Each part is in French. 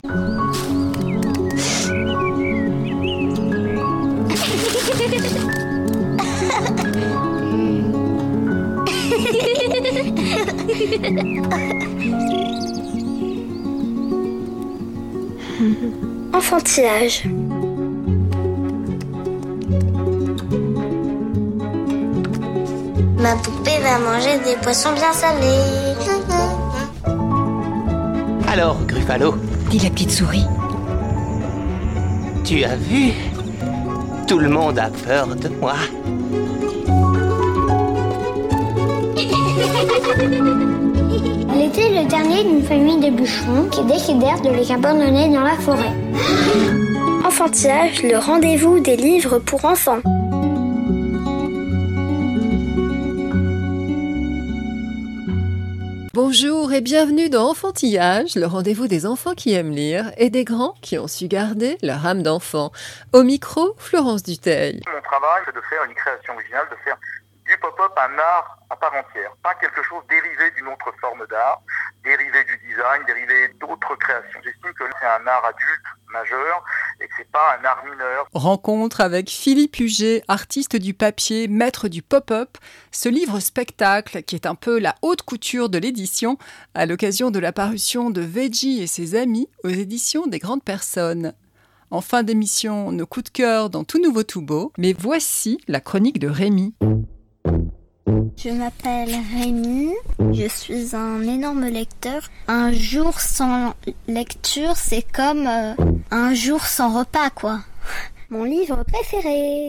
Enfantillage. Ma poupée va manger des poissons bien salés. Alors, Gruffalo, dit la petite souris. tu as vu? Tout le monde a peur de moi. Il était le dernier d'une famille de bûcherons qui décidèrent de les abandonner dans la forêt. Enfantillage, le rendez-vous des livres pour enfants. Bonjour et bienvenue dans Enfantillage, le rendez-vous des enfants qui aiment lire et des grands qui ont su garder leur âme d'enfant. Au micro, Florence Dutheil. Mon travail, c'est de faire une création originale, de faire du pop-up un art à part entière, pas quelque chose dérivé d'une autre forme d'art, dérivé du design, dérivé d'autres créations. J'estime que c'est un art adulte, majeur, et que c'est pas un art mineur. Rencontre avec Philippe Huget, artiste du papier, maître du pop-up, ce livre-spectacle qui est un peu la haute couture de l'édition, à l'occasion de la parution de Veggie et ses amis aux éditions des Grandes Personnes. En fin d'émission, nos coups de cœur dans Tout Nouveau Tout Beau, mais voici la chronique de Rémi. Je m'appelle Rémi, je suis un énorme lecteur. Un jour sans lecture, c'est comme un jour sans repas, quoi. Mon livre préféré.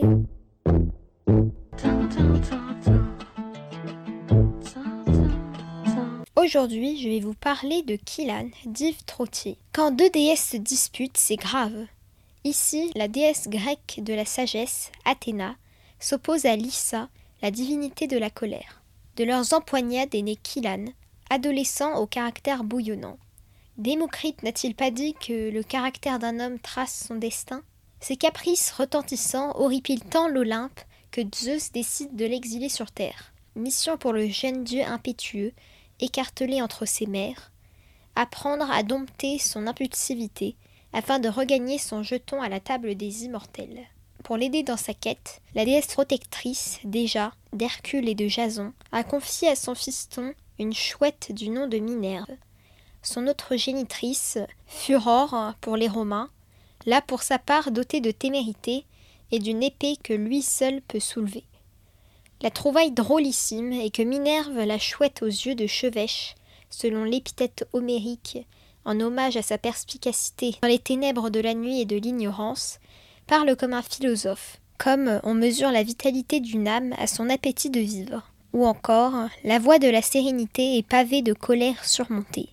Aujourd'hui, je vais vous parler de Killan d'Yves Trottier. Quand deux déesses se disputent, c'est grave. Ici, la déesse grecque de la sagesse, Athéna, s'oppose à Lyssa, la divinité de la colère. De leurs empoignades est né Killan, adolescent au caractère bouillonnant. Démocrite n'a-t-il pas dit que le caractère d'un homme trace son destin ? Ses caprices retentissants horripilent tant l'Olympe que Zeus décide de l'exiler sur terre. Mission pour le jeune dieu impétueux, écartelé entre ses mers, apprendre à dompter son impulsivité afin de regagner son jeton à la table des immortels. Pour l'aider dans sa quête, la déesse protectrice, déjà, d'Hercule et de Jason, a confié à son fiston une chouette du nom de Minerve. Son autre génitrice, Furore pour les Romains, l'a pour sa part dotée de témérité et d'une épée que lui seul peut soulever. La trouvaille drôlissime est que Minerve, la chouette aux yeux de chevêche, selon l'épithète homérique, en hommage à sa perspicacité dans les ténèbres de la nuit et de l'ignorance, parle comme un philosophe, comme on mesure la vitalité d'une âme à son appétit de vivre, ou encore la voie de la sérénité est pavée de colère surmontée.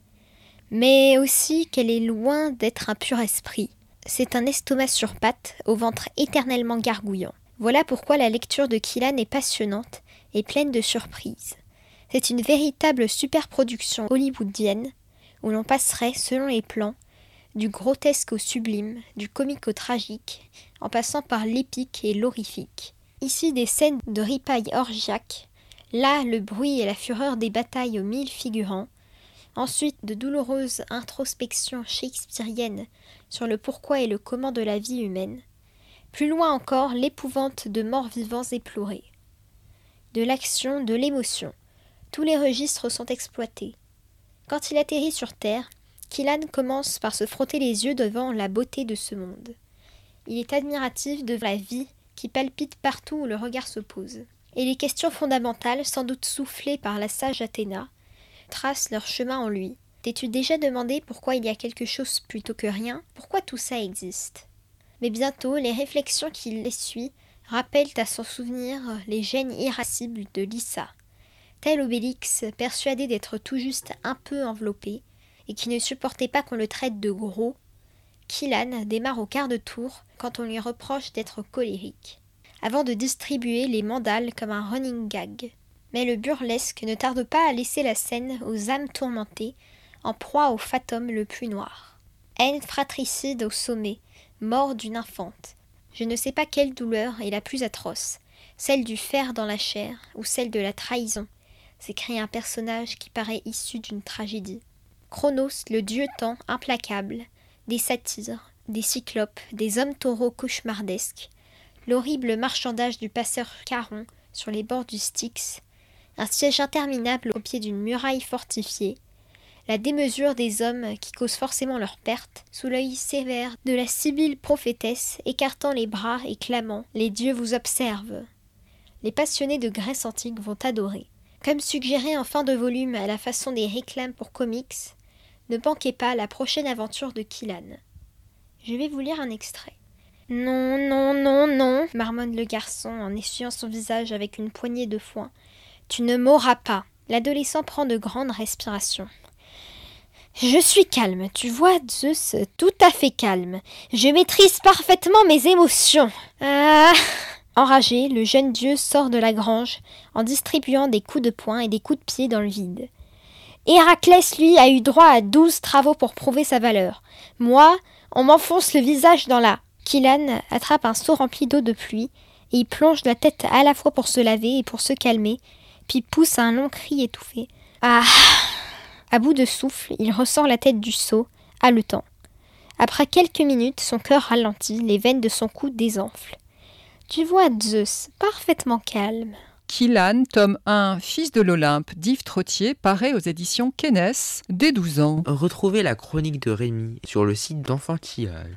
Mais aussi qu'elle est loin d'être un pur esprit. C'est un estomac sur pattes, au ventre éternellement gargouillant. Voilà pourquoi la lecture de Killan est passionnante et pleine de surprises. C'est une véritable superproduction hollywoodienne, où l'on passerait, selon les plans, du grotesque au sublime, du comique au tragique, en passant par l'épique et l'horrifique. Ici des scènes de ripailles orgiaques, là le bruit et la fureur des batailles aux 1000 figurants, ensuite de douloureuses introspections shakespeariennes sur le pourquoi et le comment de la vie humaine, plus loin encore l'épouvante de morts vivants éplorés. De l'action, de l'émotion, tous les registres sont exploités. Quand il atterrit sur Terre, Killan commence par se frotter les yeux devant la beauté de ce monde. Il est admiratif devant la vie qui palpite partout où le regard se pose. Et les questions fondamentales, sans doute soufflées par la sage Athéna, tracent leur chemin en lui. T'es-tu déjà demandé pourquoi il y a quelque chose plutôt que rien ? Pourquoi tout ça existe ? Mais bientôt, les réflexions qui l'essuient rappellent à son souvenir les gènes irascibles de Lyssa. Tel Obélix, persuadé d'être tout juste un peu enveloppé, et qui ne supportait pas qu'on le traite de gros, Killan démarre au quart de tour quand on lui reproche d'être colérique, avant de distribuer les mandales comme un running gag. Mais le burlesque ne tarde pas à laisser la scène aux âmes tourmentées, en proie au fatum le plus noir. Haine fratricide au sommet, mort d'une infante. Je ne sais pas quelle douleur est la plus atroce, celle du fer dans la chair ou celle de la trahison, s'écrie un personnage qui paraît issu d'une tragédie. Chronos, le dieu temps implacable, des satyres, des cyclopes, des hommes taureaux cauchemardesques, l'horrible marchandage du passeur Charon sur les bords du Styx, un siège interminable au pied d'une muraille fortifiée, la démesure des hommes qui causent forcément leur perte, sous l'œil sévère de la sibylle prophétesse, écartant les bras et clamant « Les dieux vous observent ». Les passionnés de Grèce antique vont adorer. Comme suggéré en fin de volume à la façon des réclames pour comics, ne manquez pas la prochaine aventure de Killan. Je vais vous lire un extrait. Non, non, non, non, marmonne le garçon en essuyant son visage avec une poignée de foin. Tu ne m'auras pas. L'adolescent prend de grandes respirations. Je suis calme, tu vois, Zeus, tout à fait calme. Je maîtrise parfaitement mes émotions. Enragé, le jeune dieu sort de la grange en distribuant des coups de poing et des coups de pied dans le vide. Héraclès, lui, a eu droit à 12 travaux pour prouver sa valeur. Moi, on m'enfonce le visage dans la... Killan attrape un seau rempli d'eau de pluie et y plonge la tête à la fois pour se laver et pour se calmer, puis pousse un long cri étouffé. Ah! À bout de souffle, il ressort la tête du seau, haletant. Après quelques minutes, son cœur ralentit, les veines de son cou désenflent. Tu vois Zeus, parfaitement calme. Killan, tome 1, Fils de l'Olympe, d'Yves Trottier, paraît aux éditions Kennes, dès 12 ans. Retrouvez la chronique de Rémi sur le site d'Enfantillage.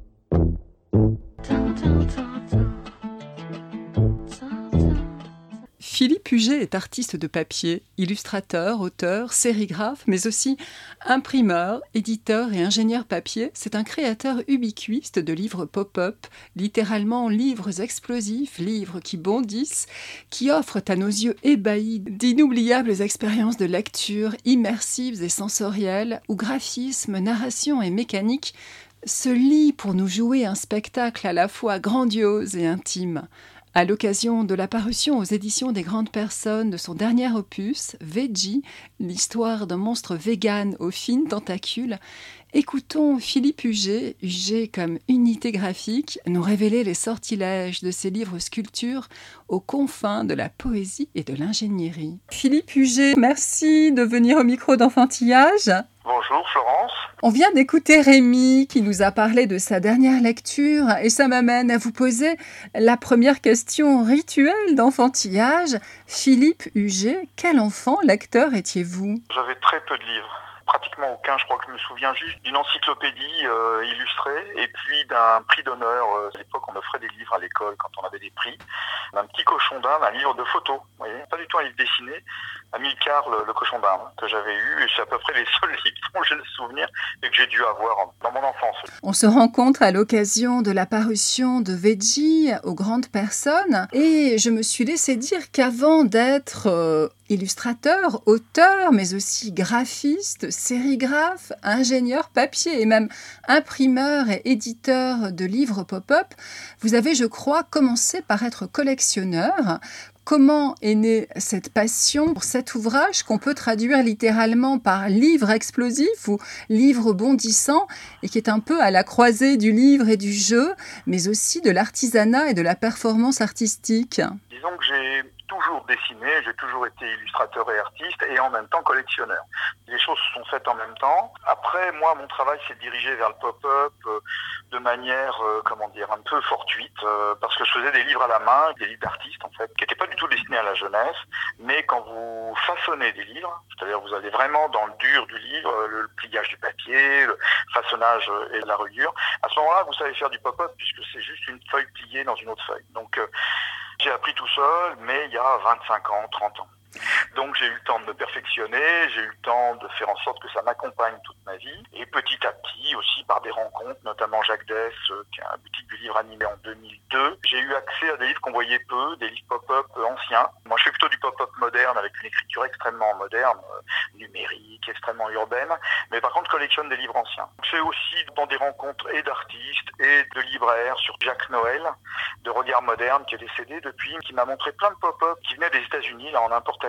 Philippe Puget est artiste de papier, illustrateur, auteur, sérigraphe, mais aussi imprimeur, éditeur et ingénieur papier. C'est un créateur ubiquiste de livres pop-up, littéralement livres explosifs, livres qui bondissent, qui offrent à nos yeux ébahis d'inoubliables expériences de lecture immersives et sensorielles, où graphisme, narration et mécanique se lient pour nous jouer un spectacle à la fois grandiose et intime. À l'occasion de la parution aux éditions des Grandes Personnes de son dernier opus, Veggie, l'histoire d'un monstre vegan aux fines tentacules, écoutons Philippe Huget, Huget comme unité graphique, nous révéler les sortilèges de ses livres sculptures aux confins de la poésie et de l'ingénierie. Philippe Huget, merci de venir au micro d'Enfantillage. Bonjour Florence. On vient d'écouter Rémi qui nous a parlé de sa dernière lecture et ça m'amène à vous poser la première question rituelle d'Enfantillage. Philippe Huget, quel enfant lecteur étiez-vous ? J'avais très peu de livres. Pratiquement aucun, je crois que je me souviens juste d'une encyclopédie illustrée et puis d'un prix d'honneur. À l'époque, on offrait des livres à l'école quand on avait des prix. Un petit cochon d'Inde, un livre de photos, vous voyez, pas du tout un livre dessiné. Amilcar, le cochon d'Inde, que j'avais eu, et c'est à peu près les seuls livres dont j'ai le souvenir et que j'ai dû avoir dans mon enfance. On se rencontre à l'occasion de la parution de Veggie aux Grandes Personnes et je me suis laissé dire qu'avant d'être illustrateur, auteur, mais aussi graphiste, sérigraphe, ingénieur papier et même imprimeur et éditeur de livres pop-up, vous avez, je crois, commencé par être collectionneur. Comment est née cette passion pour cet ouvrage qu'on peut traduire littéralement par livre explosif ou livre bondissant et qui est un peu à la croisée du livre et du jeu, mais aussi de l'artisanat et de la performance artistique ? Disons que j'ai toujours dessiné, j'ai toujours été illustrateur et artiste et en même temps collectionneur. Les choses se sont faites en même temps. Après, moi, mon travail s'est dirigé vers le pop-up de manière, un peu fortuite, parce que je faisais des livres à la main, des livres d'artistes en fait, qui n'étaient pas du tout destinés à la jeunesse, mais quand vous façonnez des livres, c'est-à-dire vous allez vraiment dans le dur du livre, le pliage du papier, le façonnage et la reliure, à ce moment-là, vous savez faire du pop-up puisque c'est juste une feuille pliée dans une autre feuille. Donc, j'ai appris tout seul, mais il y a 25 ans, 30 ans. Donc j'ai eu le temps de me perfectionner, j'ai eu le temps de faire en sorte que ça m'accompagne toute ma vie. Et petit à petit, aussi par des rencontres, notamment Jacques Dess, qui a un boutique du livre animé en 2002, j'ai eu accès à des livres qu'on voyait peu, des livres pop-up anciens. Moi je fais plutôt du pop-up moderne, avec une écriture extrêmement moderne, numérique, extrêmement urbaine. Mais par contre, je collectionne des livres anciens. C'est aussi dans des rencontres et d'artistes et de libraires sur Jacques Noël, de Regard Moderne, qui est décédé depuis, qui m'a montré plein de pop-up qui venaient des États-Unis, là en importation.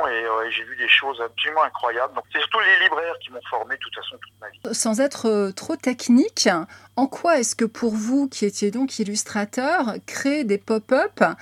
Et j'ai vu des choses absolument incroyables. Donc c'est surtout les libraires qui m'ont formé de toute façon toute ma vie. Sans être trop technique, en quoi est-ce que pour vous, qui étiez donc illustrateur, créer des pop-up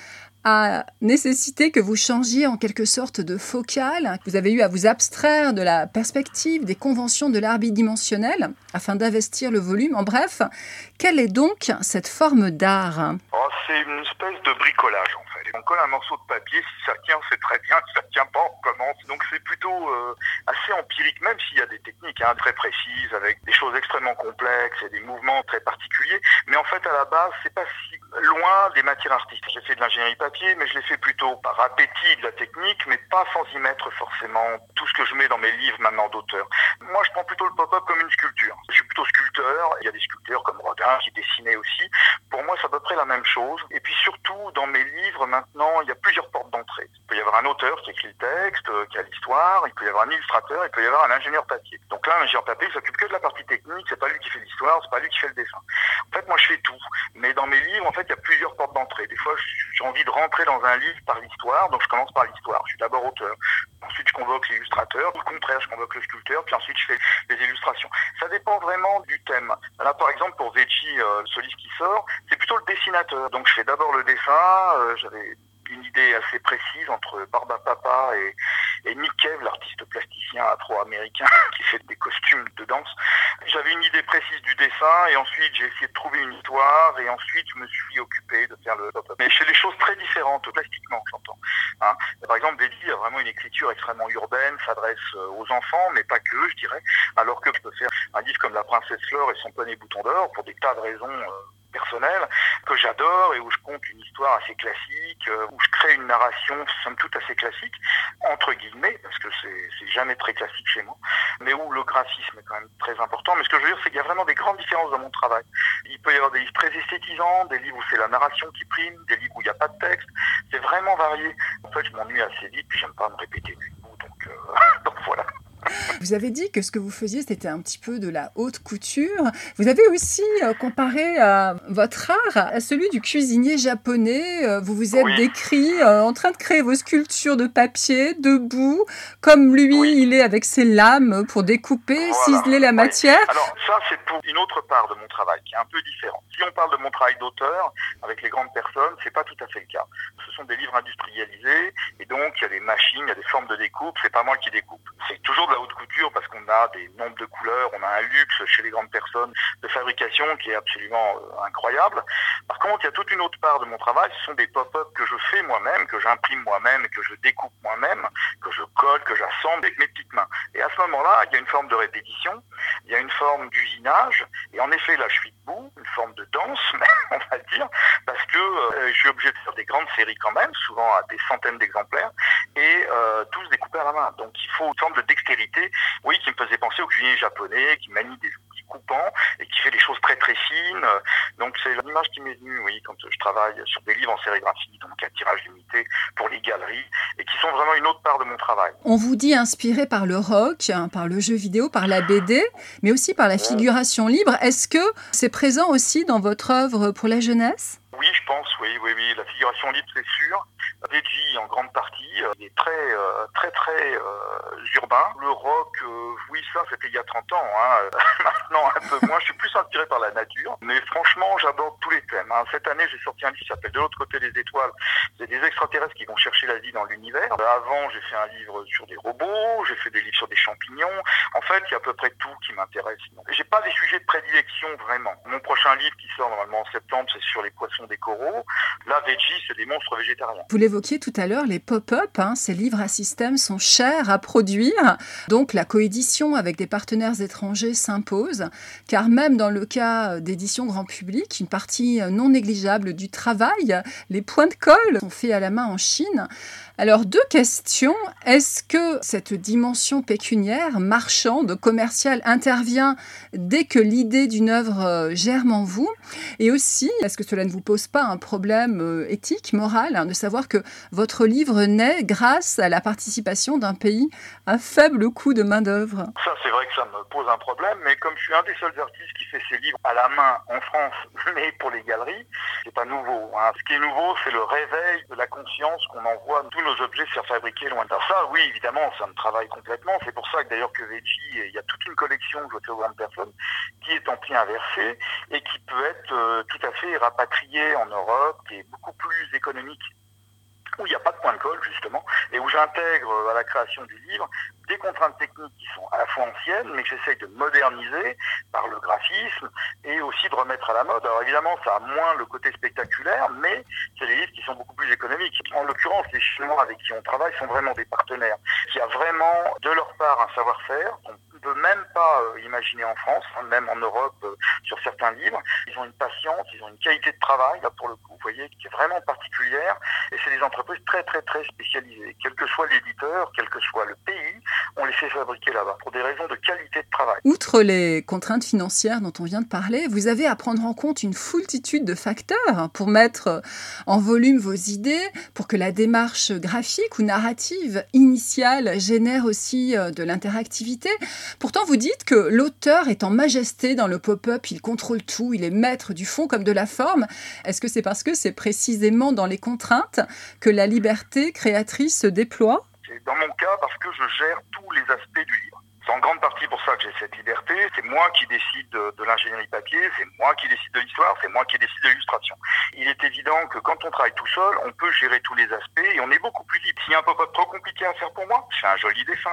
a nécessité que vous changiez en quelque sorte de focale. Vous avez eu à vous abstraire de la perspective des conventions de l'art bidimensionnel afin d'investir le volume. En bref, quelle est donc cette forme d'art ? C'est une espèce de bricolage en fait. On colle un morceau de papier, si ça tient c'est très bien, si ça tient pas on commence. Donc c'est plutôt assez empirique, même s'il y a des techniques très précises, avec des choses extrêmement complexes et des mouvements très particuliers. Mais en fait à la base c'est pas si loin des matières artistiques. J'ai fait de l'ingénierie papier, mais je l'ai fait plutôt par appétit de la technique, mais pas sans y mettre forcément tout ce que je mets dans mes livres maintenant d'auteur. Moi je prends plutôt le pop-up comme une sculpture. Je suis plutôt sculpteur, il y a des sculpteurs comme Rodin qui dessinaient aussi. Pour moi c'est à peu près la même chose. Et puis surtout dans mes livres maintenant il y a plusieurs portes d'entrée. Il peut y avoir un auteur qui écrit le texte, qui a l'histoire, il peut y avoir un illustrateur, il peut y avoir un ingénieur papier. Donc là l'ingénieur papier il s'occupe que de la partie technique, c'est pas lui qui fait l'histoire, c'est pas lui qui fait le dessin. En fait moi je fais tout. Mais dans mes livres en fait il y a plusieurs portes d'entrée. Des fois j'ai envie de rentrer dans un livre par l'histoire, donc je commence par l'histoire. Je suis d'abord auteur. Ensuite je convoque l'illustrateur, au contraire je convoque le sculpteur, puis ensuite je fais les illustrations. Ça dépend vraiment du thème. Là par exemple pour Veggie, ce livre qui sort, c'est plutôt le dessinateur. Donc je fais d'abord le dessin, j'avais une idée assez précise entre Barba Papa et Nick Cave, l'artiste plasticien afro-américain qui fait des costumes de danse. J'avais une idée précise du dessin et ensuite j'ai essayé de trouver une histoire et ensuite je me suis occupé de faire le pop-up. Mais je fais des choses très différentes, plastiquement j'entends. Par exemple, Veggie a vraiment une écriture extrêmement urbaine, s'adresse aux enfants, mais pas que, je dirais, alors que je peux faire un livre comme La Princesse Fleur et son poney bouton d'or pour des tas de raisons personnel que j'adore et où je conte une histoire assez classique, où je crée une narration somme toute assez classique, entre guillemets, parce que c'est jamais très classique chez moi, mais où le graphisme est quand même très important. Mais ce que je veux dire, c'est qu'il y a vraiment des grandes différences dans mon travail. Il peut y avoir des livres très esthétisants, des livres où c'est la narration qui prime, des livres où il n'y a pas de texte. C'est vraiment varié. En fait, je m'ennuie assez vite, puis j'aime pas me répéter du coup, donc voilà. Vous avez dit que ce que vous faisiez, c'était un petit peu de la haute couture. Vous avez aussi comparé votre art à celui du cuisinier japonais. Vous vous êtes décrit en train de créer vos sculptures de papier, debout, comme lui, il est avec ses lames pour découper, ciseler la matière. Alors ça, c'est pour une autre part de mon travail, qui est un peu différente. Si on parle de mon travail d'auteur, avec les grandes personnes, c'est pas tout à fait le cas. Ce sont des livres industrialisés, et donc il y a des machines, il y a des formes de découpe, c'est pas moi qui découpe. C'est toujours de la haute couture parce qu'on a des nombres de couleurs, on a un luxe chez les grandes personnes de fabrication qui est absolument incroyable. Par contre, il y a toute une autre part de mon travail, ce sont des pop-up que je fais moi-même, que j'imprime moi-même, que je découpe moi-même, que je colle, que j'assemble avec mes petites mains. Et à ce moment-là, il y a une forme de répétition, il y a une forme d'usinage, et en effet, là, je suis debout, une forme de danse, on va dire, parce que je suis obligé de faire des grandes séries quand même, souvent à des centaines d'exemplaires, et tous découpés à la main. Donc il faut une forme de dextérité, oui, qui me faisait penser au cuisinier japonais, qui manie des outils coupants et qui fait des choses très très fines. Donc c'est l'image qui m'est venue, oui, quand je travaille sur des livres en sérigraphie, donc à tirage limité pour les galeries, et qui sont vraiment une autre part de mon travail. On vous dit inspiré par le rock, par le jeu vidéo, par la BD, mais aussi par la figuration libre. Est-ce que c'est présent aussi dans votre œuvre pour la jeunesse ? Oui, je pense, oui. La figuration libre, c'est sûr. Veggie, en grande partie, il est très urbain. Le rock, oui, ça, c'était il y a 30 ans. Maintenant, un peu moins. Je suis plus inspiré par la nature. Mais franchement, j'aborde tous les thèmes. Cette année, j'ai sorti un livre qui s'appelle De l'autre côté des étoiles. C'est des extraterrestres qui vont chercher la vie dans l'univers. Avant, j'ai fait un livre sur des robots. J'ai fait des livres sur des champignons. En fait, il y a à peu près tout qui m'intéresse. J'ai pas des sujets de prédilection, vraiment. Mon prochain livre qui sort normalement en septembre, c'est sur les poissons des coraux. Là, Veggie, c'est des monstres végétariens. Vous l'évoquiez tout à l'heure, les pop-up, ces livres à système sont chers à produire. Donc, la coédition avec des partenaires étrangers s'impose. Car même dans le cas d'édition grand public, une partie non négligeable du travail, les points de colle sont faits à la main en Chine. Alors, deux questions. Est-ce que cette dimension pécuniaire, marchande, commerciale, intervient dès que l'idée d'une œuvre germe en vous ? Et aussi, est-ce que cela ne vous pose pas un problème éthique, moral, de savoir que votre livre naît grâce à la participation d'un pays à faible coût de main-d'œuvre ? Ça, c'est vrai que ça me pose un problème, mais comme je suis un des seuls artistes qui fait ses livres à la main en France, mais pour les galeries, c'est pas nouveau. Ce qui est nouveau, c'est le réveil de la conscience qu'on envoie tous nos objets se faire fabriquer loin de là. Ça, oui, évidemment, ça me travaille complètement. C'est pour ça que d'ailleurs que Veggie, il y a toute une collection que je fais aux grandes personnes qui est en prix inversé et qui peut être tout à fait rapatriée en Europe et beaucoup plus économique où il n'y a pas de point de colle justement, et où j'intègre à la création du livre des contraintes techniques qui sont à la fois anciennes, mais que j'essaye de moderniser par le graphisme et aussi de remettre à la mode. Alors évidemment, ça a moins le côté spectaculaire, mais c'est des livres qui sont beaucoup plus économiques. En l'occurrence, les Chinois avec qui on travaille sont vraiment des partenaires. Il y a vraiment de leur part un savoir-faire qu'on ne peut même pas imaginer en France, même en Europe, sur certains livres. Ils ont une patience, ils ont une qualité de travail, là pour le coup, vous voyez, qui est vraiment particulière. Et c'est des entreprises très très très spécialisées. Quel que soit l'éditeur, quel que soit le pays, on les fait fabriquer là-bas pour des raisons de qualité de travail. Outre les contraintes financières dont on vient de parler, vous avez à prendre en compte une foultitude de facteurs pour mettre en volume vos idées, pour que la démarche graphique ou narrative initiale génère aussi de l'interactivité. Pourtant, vous dites que l'auteur est en majesté dans le pop-up, il contrôle tout, il est maître du fond comme de la forme. Est-ce que c'est parce que c'est précisément dans les contraintes que la liberté créatrice se déploie ? C'est dans mon cas parce que je gère tous les aspects du livre. C'est en grande partie pour ça que j'ai cette liberté. C'est moi qui décide de l'ingénierie papier, c'est moi qui décide de l'histoire, c'est moi qui décide de l'illustration. Il est évident que quand on travaille tout seul, on peut gérer tous les aspects et on est beaucoup plus libre. S'il y a un pop-up trop compliqué à faire pour moi, je fais un joli dessin.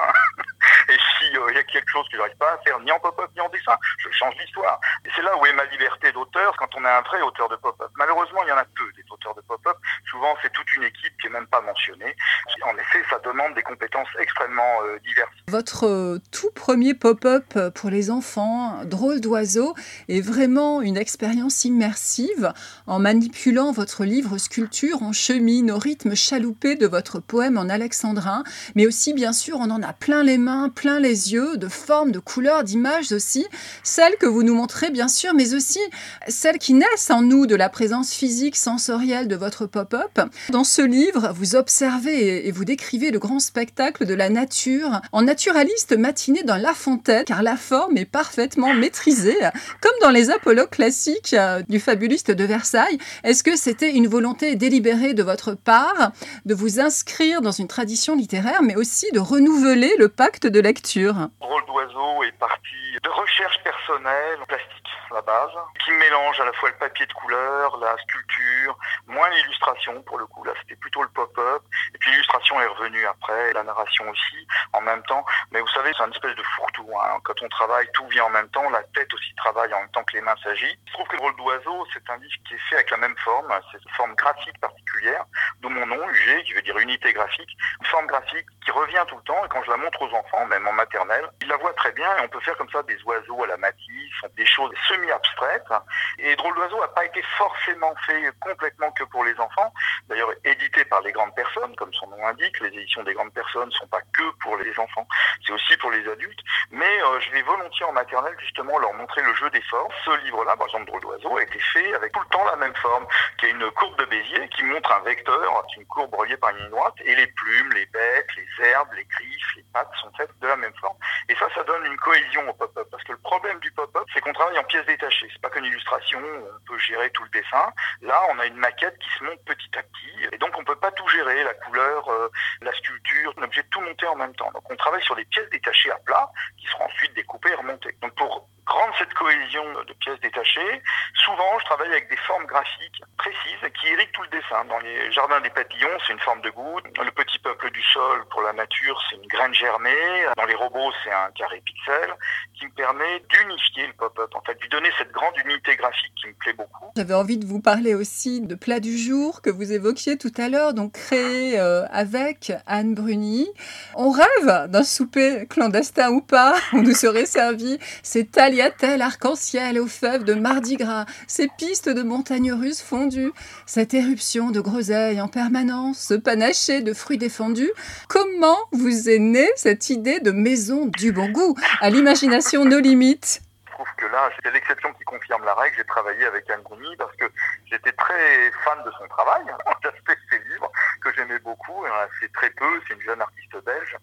Et s'il y a quelque chose que je n'arrive pas à faire, ni en pop-up ni en dessin, je change l'histoire. Et c'est là où est ma liberté d'auteur quand on est un vrai auteur de pop-up. Malheureusement, il y en a peu des auteurs de pop-up. Souvent, c'est toute une équipe qui n'est même pas mentionnée. En effet, ça demande des compétences extrêmement diverses. Votre tout premier pop-up pour les enfants, Drôle d'oiseau, est vraiment une expérience immersive. En manipulant votre livre sculpture, on chemine au rythme chaloupé de votre poème en alexandrin, mais aussi, bien sûr, on en a plein les mains, plein les yeux, de formes, de couleurs, d'images aussi, celles que vous nous montrez, bien sûr, mais aussi celles qui naissent en nous de la présence physique, sensorielle de votre pop-up. Dans ce livre, vous observez et vous décrivez le grand spectacle de la nature en naturaliste matiné dans La Fontaine, car la forme est parfaitement maîtrisée, comme dans les apologues classiques du fabuliste de Versailles. Est-ce que c'était une volonté délibérée de votre part de vous inscrire dans une tradition littéraire, mais aussi de renouveler le pacte de lecture? Drôle d'oiseau est parti de recherche personnelle, plastique, la base, qui mélange à la fois le papier de couleur, la sculpture, moins l'illustration pour le coup, là c'était plutôt le pop-up, et puis l'illustration est revenue après, la narration aussi, en même temps, mais vous savez, c'est une espèce de fourre-tout, hein. Quand on travaille, tout vient en même temps, la tête aussi travaille en même temps que les mains s'agitent. Je trouve que Drôle d'oiseau, c'est un livre qui est fait avec la même forme, c'est une forme graphique particulière, d'où mon nom, UG, qui veut dire unité graphique, une forme graphique qui revient tout le temps, et quand je la montre aux enfants, même en maternelle, ils la voient très bien, et on peut faire comme ça des oiseaux à la Matisse, des choses semi-abstraites, et Drôle d'oiseau n'a pas été forcément fait complètement que pour les enfants, d'ailleurs édité par les grandes personnes, comme son nom l'indique, les éditions des grandes personnes ne sont pas que pour les enfants, c'est aussi pour les adultes, mais je vais volontiers en maternelle justement leur montrer le jeu des formes. Ce livre-là, par exemple Drôle d'oiseau, a été fait avec tout le temps la même forme, qui est une courbe de Bézier qui montre un vecteur, c'est une courbe reliée par une ligne droite, et les plumes, les bêtes, les herbes, les griffes, les pattes sont faites de la même forme. Et ça donne une cohésion au pop-up, parce que le problème du pop-up, c'est qu'on travaille en pièces détachées. C'est pas qu'une illustration, on peut gérer tout le dessin. Là, on a une maquette qui se monte petit à petit, et donc on peut pas tout gérer, la couleur, la sculpture, on est obligé de tout monter en même temps. Donc on travaille sur des pièces détachées à plat, qui seront ensuite découpées et remontées. Donc pour rendre cette cohésion de pièces détachées, souvent je travaille avec des formes graphiques précises qui irriguent tout le dessin. Dans les jardins des papillons, c'est une forme de goutte. Le petit peuple du sol, pour la nature, c'est une graine germée. Dans les robots, c'est un carré pixel qui me permet d'unifier le pop-up, en fait, de lui donner cette grande unité graphique qui me plaît beaucoup. J'avais envie de vous parler aussi de Plat du jour que vous évoquiez tout à l'heure, donc créé avec Anne Bruni. On rêve d'un souper clandestin ou pas, on nous serait servi ces tagliatelles arc-en-ciel aux fèves de Mardi Gras, ces pistes de montagnes russes fondues, cette éruption de groseilles en permanence, ce panaché de fruits défendus. Comment vous est née cette idée de maison du bon goût, à l'imagination nos limites? Je trouve que là, c'est l'exception qui confirme la règle. J'ai travaillé avec Anne Bruni parce que j'étais très fan de son travail. J'ai fait ses livres que j'aimais beaucoup. Elle en a fait très peu. C'est une jeune artiste belge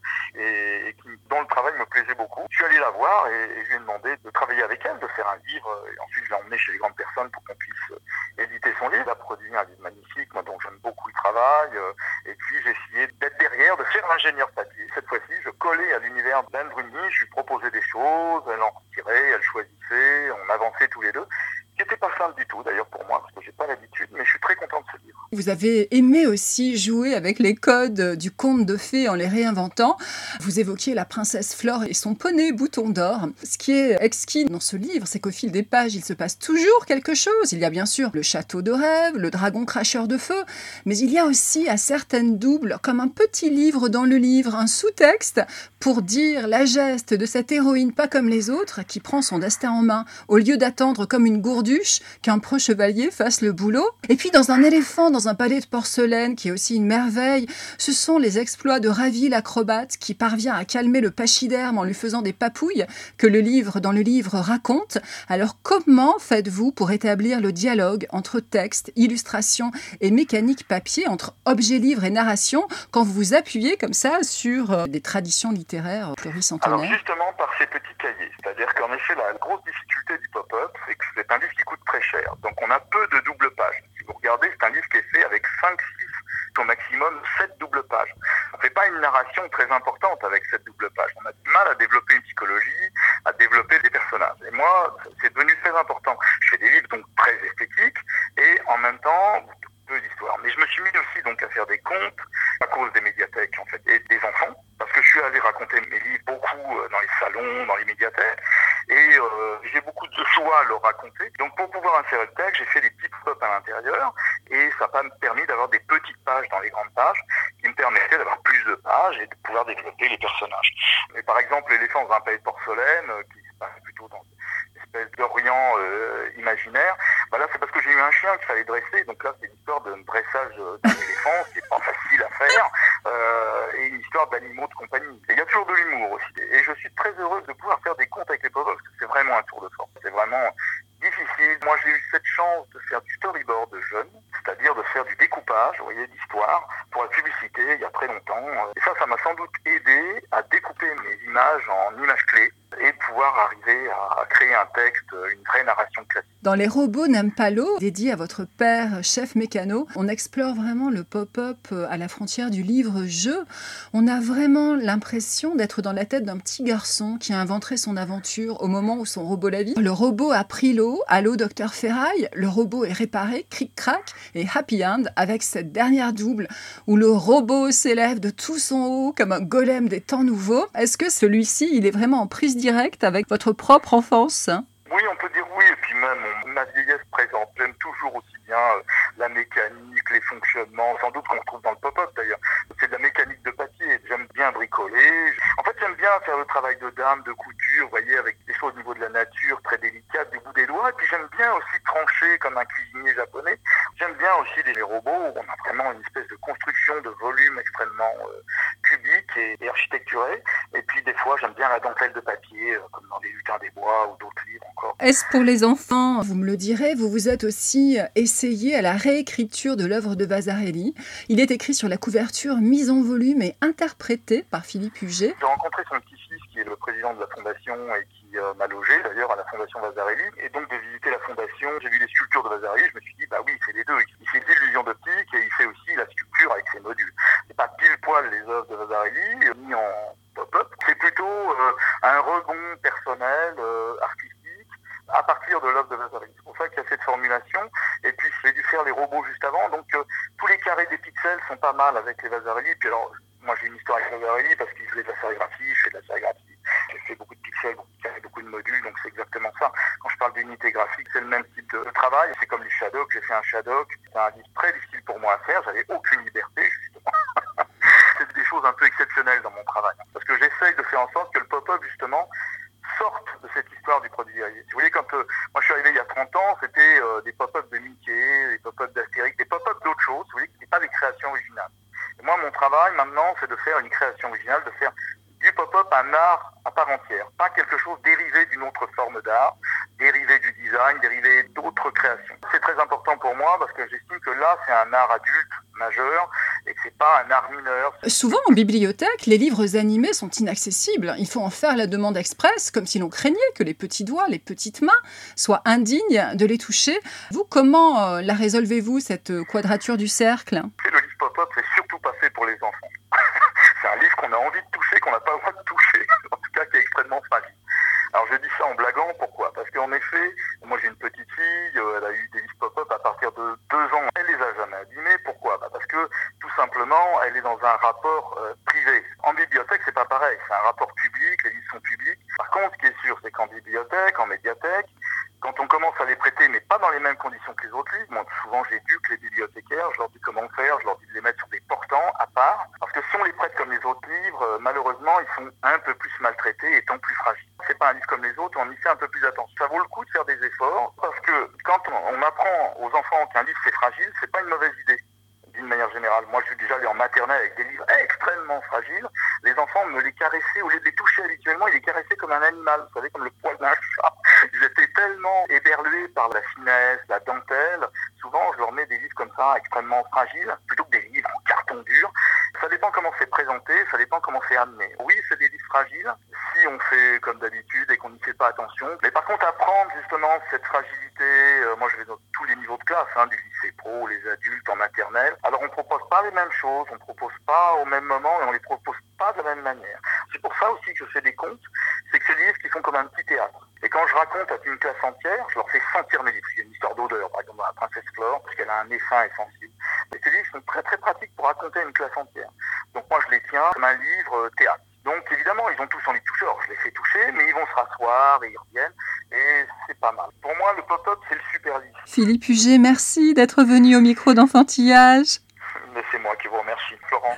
et dont le travail me plaisait beaucoup. Je suis allé la voir et je lui ai demandé de travailler avec elle, de faire un livre. Et ensuite, je l'ai emmené chez les grandes personnes pour qu'on puisse éditer son livre. Elle a produit un livre magnifique, moi, dont j'aime beaucoup le travail. Et puis, j'ai essayé d'être derrière, de faire l'ingénieur papier. Cette fois-ci, je collais à l'univers d'Anne Bruni. Je lui proposais des choses, elle en retirait, elle choisissait, on avançait tous les deux. Ce qui n'était pas simple du tout, d'ailleurs, pour moi, parce que j'ai pas l'habitude, mais je suis très content de ce livre. Vous avez aimé aussi jouer avec les codes du conte de fées en les réinventant. Vous évoquiez la princesse Flore et son poney Bouton d'Or. Ce qui est exquis dans ce livre, c'est qu'au fil des pages, il se passe toujours quelque chose. Il y a bien sûr le château de rêve, le dragon cracheur de feu, mais il y a aussi à certaines doubles, comme un petit livre dans le livre, un sous-texte pour dire la geste de cette héroïne pas comme les autres qui prend son destin en main au lieu d'attendre comme une gourduche qu'un preux chevalier fasse le boulot. Et puis dans un éléphant, dans un palais de porcelaine qui est aussi une merveille, ce sont les exploits de Ravi l'acrobate qui parvient à calmer le pachyderme en lui faisant des papouilles que dans le livre raconte. Alors comment faites-vous pour établir le dialogue entre texte, illustration et mécanique papier, entre objet livre et narration, quand vous vous appuyez comme ça sur des traditions littéraires pluricentenaires? Alors justement par ces petits cahiers, c'est-à-dire qu'en effet la grosse difficulté du pop-up, c'est que c'est un livre qui coûte très cher, donc on a peu de doubles pages. Si vous regardez, c'est un livre qui est fait avec 5, 6, au maximum 7 doubles pages. On ne fait pas une narration très importante avec cette double page. On a du mal à développer une psychologie, à développer des personnages. Et moi, c'est devenu très important. Je fais des livres donc très esthétiques et en même temps peu d'histoire. Mais je me suis mis aussi donc à faire des contes à cause des médiathèques en fait et des enfants, parce que je suis allé raconter mes livres beaucoup dans les salons, dans les médiathèques, et j'ai beaucoup de joie à leur raconter. Donc pour pouvoir insérer le texte, j'ai fait des petits pop-up à l'intérieur et ça m'a permis d'avoir des petites pages dans les grandes pages qui me permettaient d'avoir plus de pages et de pouvoir développer les personnages. Et par exemple, l'éléphant dans un palais de porcelaine qui se passe plutôt dans une espèce d'Orient imaginaire, bah là c'est parce que j'ai eu un chien qu'il fallait dresser, donc là c'est une histoire de dressage d'un éléphant, qui n'est pas facile à faire, et une histoire d'animaux de compagnie. Et il y a toujours de l'humour aussi. Et je suis très heureuse de pouvoir faire des contes avec les pop-up, parce que c'est vraiment un tour de force. C'est vraiment difficile. Moi j'ai eu cette chance de faire du storyboard de jeune, c'est-à-dire de faire du découpage, vous voyez, d'histoire, pour la publicité il y a très longtemps. Et ça m'a sans doute aidé à découper mes images en images clés et pouvoir arriver à créer un texte, une vraie narration classique. Dans Les robots n'aiment pas l'eau, dédié à votre père, chef mécano, on explore vraiment le pop-up à la frontière du livre-jeu. On a vraiment l'impression d'être dans la tête d'un petit garçon qui a inventé son aventure au moment où son robot la vit. Le robot a pris l'eau, allô Dr Ferraille, le robot est réparé, cric-crac, et happy end avec cette dernière double où le robot s'élève de tout son haut comme un golem des temps nouveaux. Est-ce que celui-ci, il est vraiment en prise directe avec votre propre enfance? Oui, on peut dire oui, et puis même ma vieillesse présente. J'aime toujours aussi bien la mécanique, les fonctionnements, sans doute qu'on retrouve dans le pop-up d'ailleurs. C'est de la mécanique de papier, j'aime bien bricoler. En fait, j'aime bien faire le travail de dame, de couture, vous voyez, avec des choses au niveau de la nature, très délicates, du bout des doigts. Et puis j'aime bien aussi trancher comme un cuisinier japonais. J'aime bien aussi les robots où on a vraiment une espèce de construction de volume extrêmement cubique et architecturé. Et puis des fois, j'aime bien la dentelle de papier, comme dans les lutins des bois ou d'autres livres encore. Est-ce pour les enfants? Vous me le direz, vous vous êtes aussi essayé à la réécriture de l'œuvre de Vasarely. Il est écrit sur la couverture, mise en volume et interprété par Philippe Huget. J'ai rencontré son petit-fils qui est le président de la fondation et qui m'a logé d'ailleurs à la fondation Vasarely. Et donc de visiter la fondation, j'ai vu les sculptures de Vasarely, je me suis dit bah oui, c'est les deux. Il fait des illusions d'optique et il fait aussi la sculpture avec ses modules. C'est pas pile poil les œuvres de Vasarely mis en pop-up. C'est plutôt un rebond personnel, artistique, à partir de l'œuvre de Vasarely. C'est pour ça qu'il y a cette formulation. Et puis j'ai dû faire les robots juste avant, donc tous les carrés des pixels sont pas mal avec les Vasarely. Puis alors, moi j'ai une histoire avec Vasarely parce qu'il faisait de la sérigraphie, je fais de la sérigraphie. J'ai fait beaucoup de pixels, beaucoup de carrés, beaucoup de modules, donc c'est exactement ça. Quand je parle d'unité graphique, c'est le même type de travail. C'est comme les Shadok, j'ai fait un Shadok. C'est un livre très difficile pour moi à faire, j'avais aucune liberté justement. C'est des choses un peu exceptionnelles dans mon travail. Parce que j'essaye de faire en sorte que le pop-up justement sorte de cette histoire du produit dérivé. Si vous voulez, quand moi je suis arrivé il y a 30 ans, c'était des pop-up de Mickey, des pop-up d'Astérix, des pop-up d'autres choses, vous voyez, qui n'étaient pas des créations originales. Et moi, mon travail maintenant, c'est de faire une création originale, de faire du pop-up un art à part entière, pas quelque chose dérivé d'une autre forme d'art, dérivé du design, dérivé d'autres créations. C'est très important pour moi parce que j'estime que là, c'est un art adulte majeur et que c'est pas un art mineur. Souvent en bibliothèque, les livres animés sont inaccessibles. Il faut en faire la demande express, comme si l'on craignait que les petits doigts, les petites mains soient indignes de les toucher. Vous, comment la résolvez-vous, cette quadrature du cercle? Le livre pop-up, c'est surtout pas fait pour les enfants. C'est un livre qu'on a envie de toucher, qu'on n'a pas le droit de toucher, en tout cas qui est extrêmement fragile. Alors je dis ça en blaguant, pourquoi? Parce qu'en effet, moi j'ai une petite fille, elle a eu des livres pop-up à partir de 2 ans, elle les a jamais abîmés. traités, mais pas dans les mêmes conditions que les autres livres. Moi, souvent, j'éduque les bibliothécaires, je leur dis comment faire, je leur dis de les mettre sur des portants à part. Parce que si on les prête comme les autres livres, malheureusement, ils sont un peu plus maltraités, étant plus fragiles. C'est pas un livre comme les autres, on y fait un peu plus attention. Ça vaut le coup de faire des efforts, parce que quand on apprend aux enfants qu'un livre c'est fragile, c'est pas une mauvaise idée. D'une manière générale. Moi, je suis déjà allé en maternelle avec des livres extrêmement fragiles. Les enfants me les caressaient, au lieu de les toucher habituellement, ils les caressaient comme un animal, vous savez, comme le poil d'un chat. Ils étaient tellement éberlués par la finesse, la dentelle. Souvent, je leur mets des livres comme ça, extrêmement fragiles, plutôt que des livres en carton dur. Ça dépend comment c'est présenté, ça dépend comment c'est amené. Oui, c'est des livres fragiles, si on fait comme d'habitude et qu'on n'y fait pas attention. Mais par contre, apprendre justement cette fragilité, moi je vais dans tous les niveaux de classe, du lycée pro, les adultes, en maternelle. Alors on propose pas les mêmes choses, on propose pas au même moment et on les propose pas de la même manière. C'est pour ça aussi que je fais des contes, c'est que c'est des livres qui sont comme un petit théâtre. Et quand je raconte à une classe entière, je leur fais sentir mes livres. Il y a une histoire d'odeur, par exemple, dans La Princesse Flore, parce qu'elle a un nez fin et sensible. Et ces livres sont très très pratiques pour raconter à une classe entière. Donc moi je les tiens comme un livre théâtre. Donc évidemment ils ont tous envie de toucher, alors je les fais toucher, mais ils vont se rasseoir et ils reviennent, et c'est pas mal. Pour moi le pop-up c'est le super livre. Philippe Huget, merci d'être venu au micro d'Enfantillage. Mais c'est moi qui vous remercie, Florent.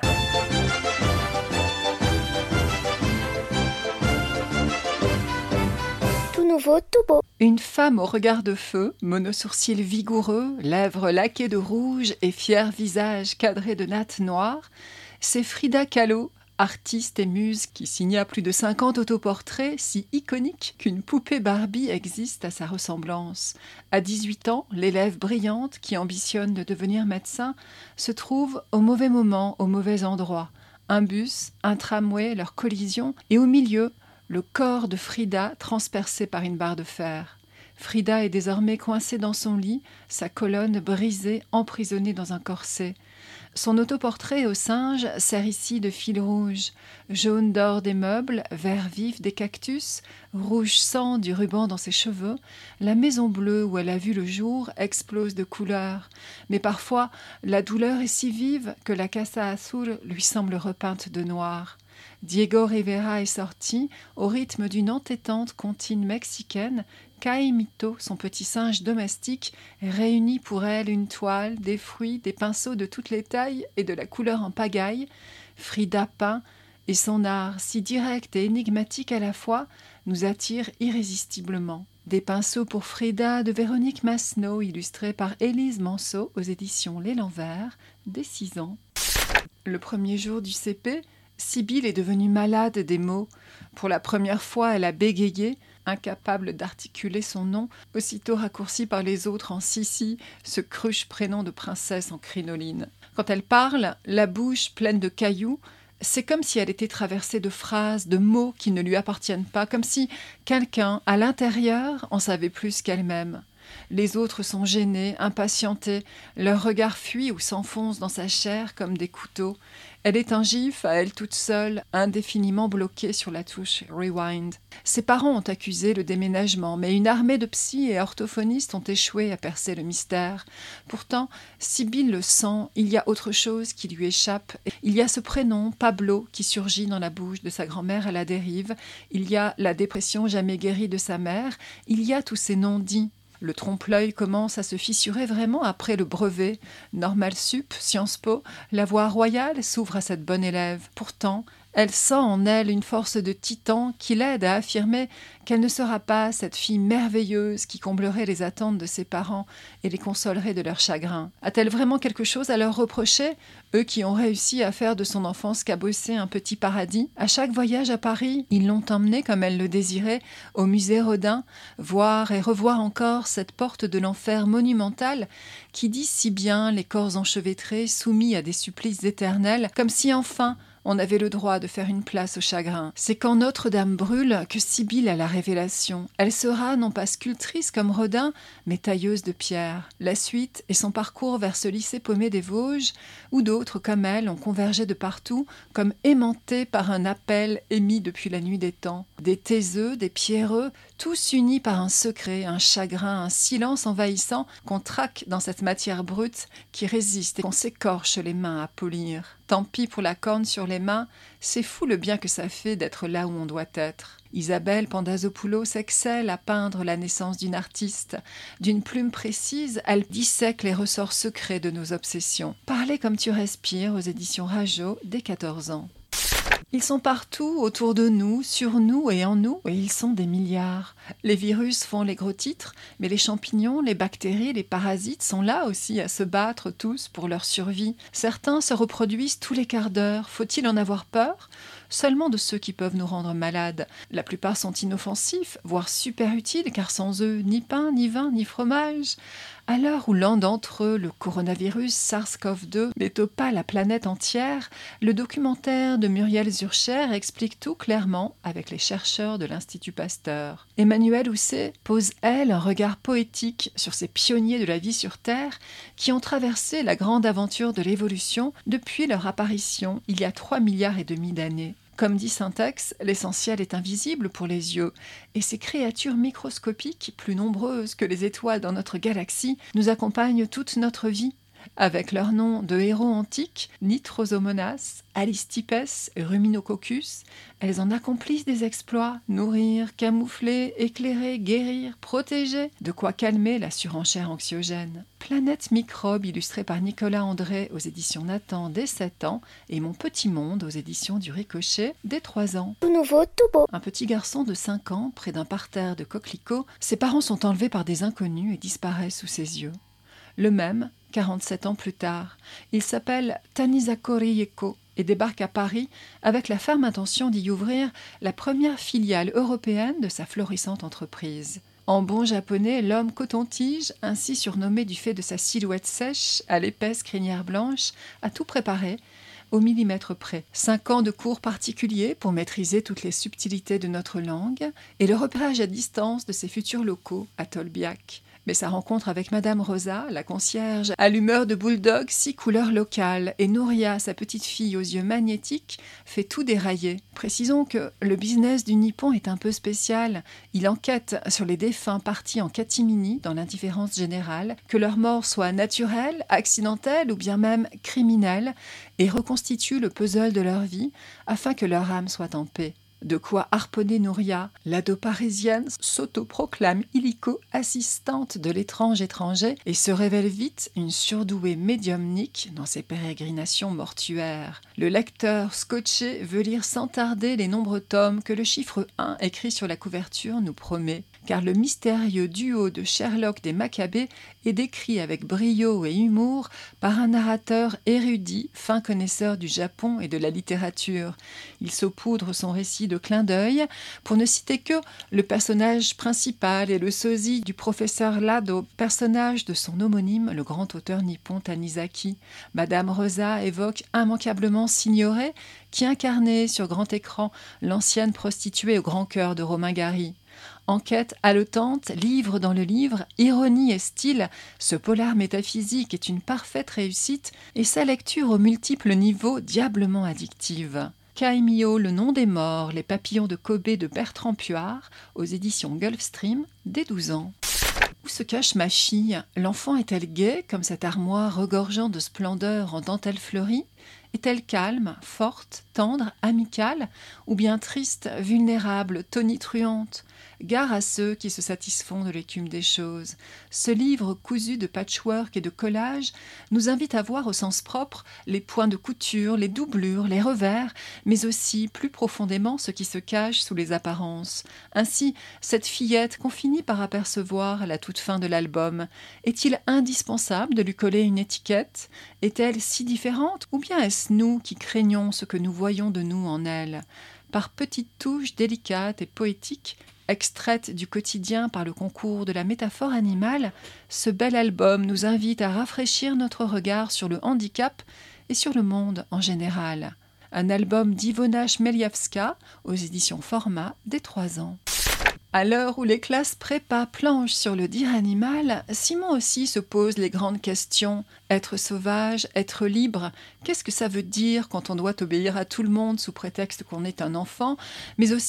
Tout nouveau, tout beau. Une femme au regard de feu, monosourcils vigoureux, lèvres laquées de rouge et fier visage cadré de nattes noires, c'est Frida Kahlo, artiste et muse qui signa plus de 50 autoportraits si iconiques qu'une poupée Barbie existe à sa ressemblance. À 18 ans, l'élève brillante qui ambitionne de devenir médecin se trouve au mauvais moment, au mauvais endroit. Un bus, un tramway, leur collision, et au milieu, le corps de Frida transpercé par une barre de fer. Frida est désormais coincée dans son lit, sa colonne brisée, emprisonnée dans un corset. Son autoportrait au singe sert ici de fil rouge. Jaune d'or des meubles, vert vif des cactus, rouge sang du ruban dans ses cheveux, la maison bleue où elle a vu le jour explose de couleurs. Mais parfois, la douleur est si vive que la Casa Azul lui semble repeinte de noir. Diego Rivera est sorti, au rythme d'une entêtante comptine mexicaine. Caimito, son petit singe domestique, réunit pour elle une toile, des fruits, des pinceaux de toutes les tailles et de la couleur en pagaille. Frida peint, et son art, si direct et énigmatique à la fois, nous attire irrésistiblement. Des pinceaux pour Frida de Véronique Masneau, illustrés par Élise Manceau aux éditions L'Élan Vert, dès 6 ans. Le premier jour du CP, Sibylle est devenue malade des mots. Pour la première fois, elle a bégayé, incapable d'articuler son nom, aussitôt raccourci par les autres en Sissi, ce cruche prénom de princesse en crinoline. Quand elle parle, la bouche pleine de cailloux, c'est comme si elle était traversée de phrases, de mots qui ne lui appartiennent pas, comme si quelqu'un, à l'intérieur, en savait plus qu'elle-même. Les autres sont gênés, impatientés, leur regard fuit ou s'enfonce dans sa chair comme des couteaux. Elle est un gif, à elle toute seule, indéfiniment bloquée sur la touche « Rewind ». Ses parents ont accusé le déménagement, mais une armée de psys et orthophonistes ont échoué à percer le mystère. Pourtant, Sibylle le sent, il y a autre chose qui lui échappe. Il y a ce prénom, Pablo, qui surgit dans la bouche de sa grand-mère à la dérive. Il y a la dépression jamais guérie de sa mère. Il y a tous ces noms dits. Le trompe-l'œil commence à se fissurer vraiment après le brevet. Normal Sup, Sciences Po, la voie royale s'ouvre à cette bonne élève. Pourtant, elle sent en elle une force de titan qui l'aide à affirmer qu'elle ne sera pas cette fille merveilleuse qui comblerait les attentes de ses parents et les consolerait de leur chagrin. A-t-elle vraiment quelque chose à leur reprocher, eux qui ont réussi à faire de son enfance cabossée un petit paradis? À chaque voyage à Paris, ils l'ont emmenée comme elle le désirait, au musée Rodin, voir et revoir encore cette porte de l'enfer monumentale qui dit si bien les corps enchevêtrés soumis à des supplices éternels, comme si enfin on avait le droit de faire une place au chagrin. C'est quand Notre-Dame brûle que Sibylle a la révélation. Elle sera non pas sculptrice comme Rodin, mais tailleuse de pierre. La suite est son parcours vers ce lycée paumé des Vosges, où d'autres comme elle ont convergé de partout, comme aimantés par un appel émis depuis la nuit des temps. Des taiseux, des pierreux, tous unis par un secret, un chagrin, un silence envahissant qu'on traque dans cette matière brute qui résiste et qu'on s'écorche les mains à polir. Tant pis pour la corne sur les mains, c'est fou le bien que ça fait d'être là où on doit être. Isabelle Pandazopoulos excelle à peindre la naissance d'une artiste. D'une plume précise, elle dissèque les ressorts secrets de nos obsessions. Parler comme tu respires aux éditions Rajo dès 14 ans. Ils sont partout, autour de nous, sur nous et en nous, et ils sont des milliards. Les virus font les gros titres, mais les champignons, les bactéries, les parasites sont là aussi à se battre tous pour leur survie. Certains se reproduisent tous les quarts d'heure. Faut-il en avoir peur ? Seulement de ceux qui peuvent nous rendre malades. La plupart sont inoffensifs, voire super utiles, car sans eux, ni pain, ni vin, ni fromage. À l'heure où l'un d'entre eux, le coronavirus SARS-CoV-2, n'étend pas la planète entière, le documentaire de Muriel Zurcher explique tout clairement avec les chercheurs de l'Institut Pasteur. Emmanuelle Housset pose, elle, un regard poétique sur ces pionniers de la vie sur Terre qui ont traversé la grande aventure de l'évolution depuis leur apparition il y a 3,5 milliards d'années. Comme dit Syntex, l'essentiel est invisible pour les yeux, et ces créatures microscopiques, plus nombreuses que les étoiles dans notre galaxie, nous accompagnent toute notre vie. Avec leurs noms de héros antiques, Nitrosomonas, Alistipes et Ruminococcus, elles en accomplissent des exploits, nourrir, camoufler, éclairer, guérir, protéger, de quoi calmer la surenchère anxiogène. Planète microbe illustrée par Nicolas André aux éditions Nathan dès 7 ans et Mon petit monde aux éditions du Ricochet dès 3 ans. Tout nouveau, tout beau. Un petit garçon de 5 ans, près d'un parterre de coquelicots, ses parents sont enlevés par des inconnus et disparaissent sous ses yeux. Le même, 47 ans plus tard, il s'appelle Tanizako Rieko et débarque à Paris avec la ferme intention d'y ouvrir la première filiale européenne de sa florissante entreprise. En bon japonais, l'homme coton-tige, ainsi surnommé du fait de sa silhouette sèche à l'épaisse crinière blanche, a tout préparé au millimètre près. 5 ans de cours particuliers pour maîtriser toutes les subtilités de notre langue et le repérage à distance de ses futurs locaux à Tolbiac. Mais sa rencontre avec Madame Rosa, la concierge, à l'humeur de bulldog 6 couleurs locales, et Nouria, sa petite fille aux yeux magnétiques, fait tout dérailler. Précisons que le business du Nippon est un peu spécial. Il enquête sur les défunts partis en catimini dans l'indifférence générale, que leur mort soit naturelle, accidentelle ou bien même criminelle, et reconstitue le puzzle de leur vie afin que leur âme soit en paix. De quoi harponner Nouria, l'ado parisienne s'autoproclame illico assistante de l'étrange étranger et se révèle vite une surdouée médiumnique dans ses pérégrinations mortuaires. Le lecteur scotché veut lire sans tarder les nombreux tomes que le chiffre 1 écrit sur la couverture nous promet, car le mystérieux duo de Sherlock des Maccabées est décrit avec brio et humour par un narrateur érudit, fin connaisseur du Japon et de la littérature. Il saupoudre son récit de clins d'œil, pour ne citer que le personnage principal et le sosie du professeur Lado, personnage de son homonyme, le grand auteur nippon Tanizaki. Madame Rosa évoque immanquablement Signoret, qui incarnait sur grand écran l'ancienne prostituée au grand cœur de Romain Gary. Enquête haletante, livre dans le livre, ironie et style, ce polar métaphysique est une parfaite réussite et sa lecture aux multiples niveaux diablement addictive. Kaimyo, le nom des morts, les papillons de Kobe de Bertrand Puard, aux éditions Gulfstream, dès 12 ans. Où se cache ma fille ? L'enfant est-elle gaie, comme cette armoire regorgeant de splendeur en dentelle fleurie ? Est-elle calme, forte, tendre, amicale, ou bien triste, vulnérable, tonitruante ? Gare à ceux qui se satisfont de l'écume des choses. Ce livre cousu de patchwork et de collage nous invite à voir au sens propre les points de couture, les doublures, les revers, mais aussi plus profondément ce qui se cache sous les apparences. Ainsi, cette fillette qu'on finit par apercevoir à la toute fin de l'album, est-il indispensable de lui coller une étiquette ? Est-elle si différente, ou bien est-ce nous qui craignons ce que nous voyons de nous en elle ? Par petites touches délicates et poétiques, extraite du quotidien par le concours de la métaphore animale, ce bel album nous invite à rafraîchir notre regard sur le handicap et sur le monde en général. Un album d'Ivona Chmeliavska aux éditions Format dès 3 ans. À l'heure où les classes prépa planchent sur le dire animal, Simon aussi se pose les grandes questions. Être sauvage, être libre, qu'est-ce que ça veut dire quand on doit obéir à tout le monde sous prétexte qu'on est un enfant, mais aussi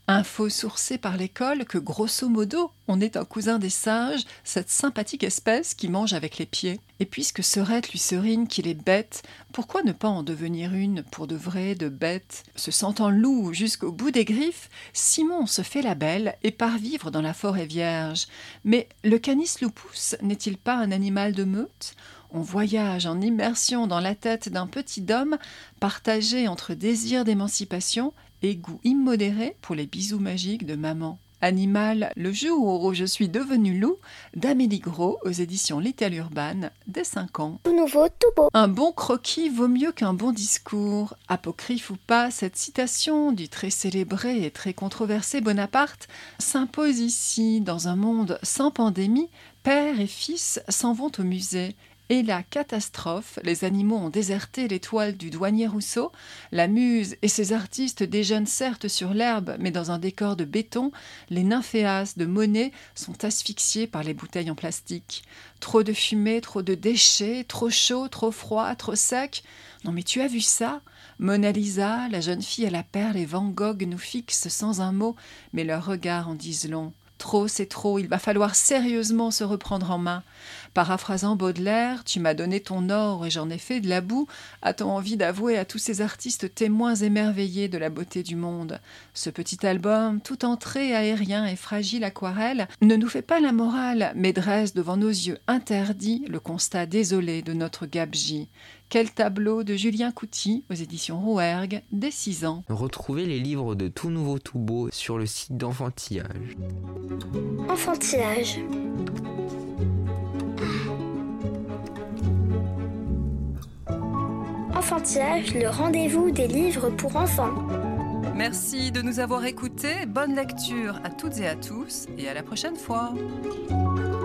Info sourcée par l'école que grosso modo, on est un cousin des singes, cette sympathique espèce qui mange avec les pieds. Et puisque Serette lui serine qu'il est bête, pourquoi ne pas en devenir une pour de vrai de bête? Se sentant loup jusqu'au bout des griffes, Simon se fait la belle et part vivre dans la forêt vierge. Mais le Canis lupus n'est-il pas un animal de meute? On voyage en immersion dans la tête d'un petit homme partagé entre désir d'émancipation et goût immodéré pour les bisous magiques de maman. Animal, le jour où je suis devenue loup, d'Amélie Gros aux éditions Little Urban, dès 5 ans. Tout nouveau, tout beau. Un bon croquis vaut mieux qu'un bon discours. Apocryphe ou pas, cette citation du très célébré et très controversé Bonaparte s'impose ici, dans un monde sans pandémie. Père et fils s'en vont au musée. Et la catastrophe, les animaux ont déserté l'étoile du douanier Rousseau, la muse et ses artistes déjeunent certes sur l'herbe, mais dans un décor de béton, les nymphéas de Monet sont asphyxiés par les bouteilles en plastique. Trop de fumée, trop de déchets, trop chaud, trop froid, trop sec. Non mais tu as vu ça? Mona Lisa, la jeune fille à la perle et Van Gogh nous fixent sans un mot, mais leurs regards en disent long. Trop, c'est trop, il va falloir sérieusement se reprendre en main. Paraphrasant Baudelaire, tu m'as donné ton or et j'en ai fait de la boue. A-t-on envie d'avouer à tous ces artistes témoins émerveillés de la beauté du monde? Ce petit album, tout en traits aériens et fragile aquarelle, ne nous fait pas la morale, mais dresse devant nos yeux interdits le constat désolé de notre gabegie. Quel tableau de Julien Couty aux éditions Rouergue, dès 6 ans. Retrouvez les livres de Tout Nouveau Tout Beau sur le site d'Enfantillage. Enfantillage. Enfantillage, le rendez-vous des livres pour enfants. Merci de nous avoir écoutés, bonne lecture à toutes et à tous et à la prochaine fois.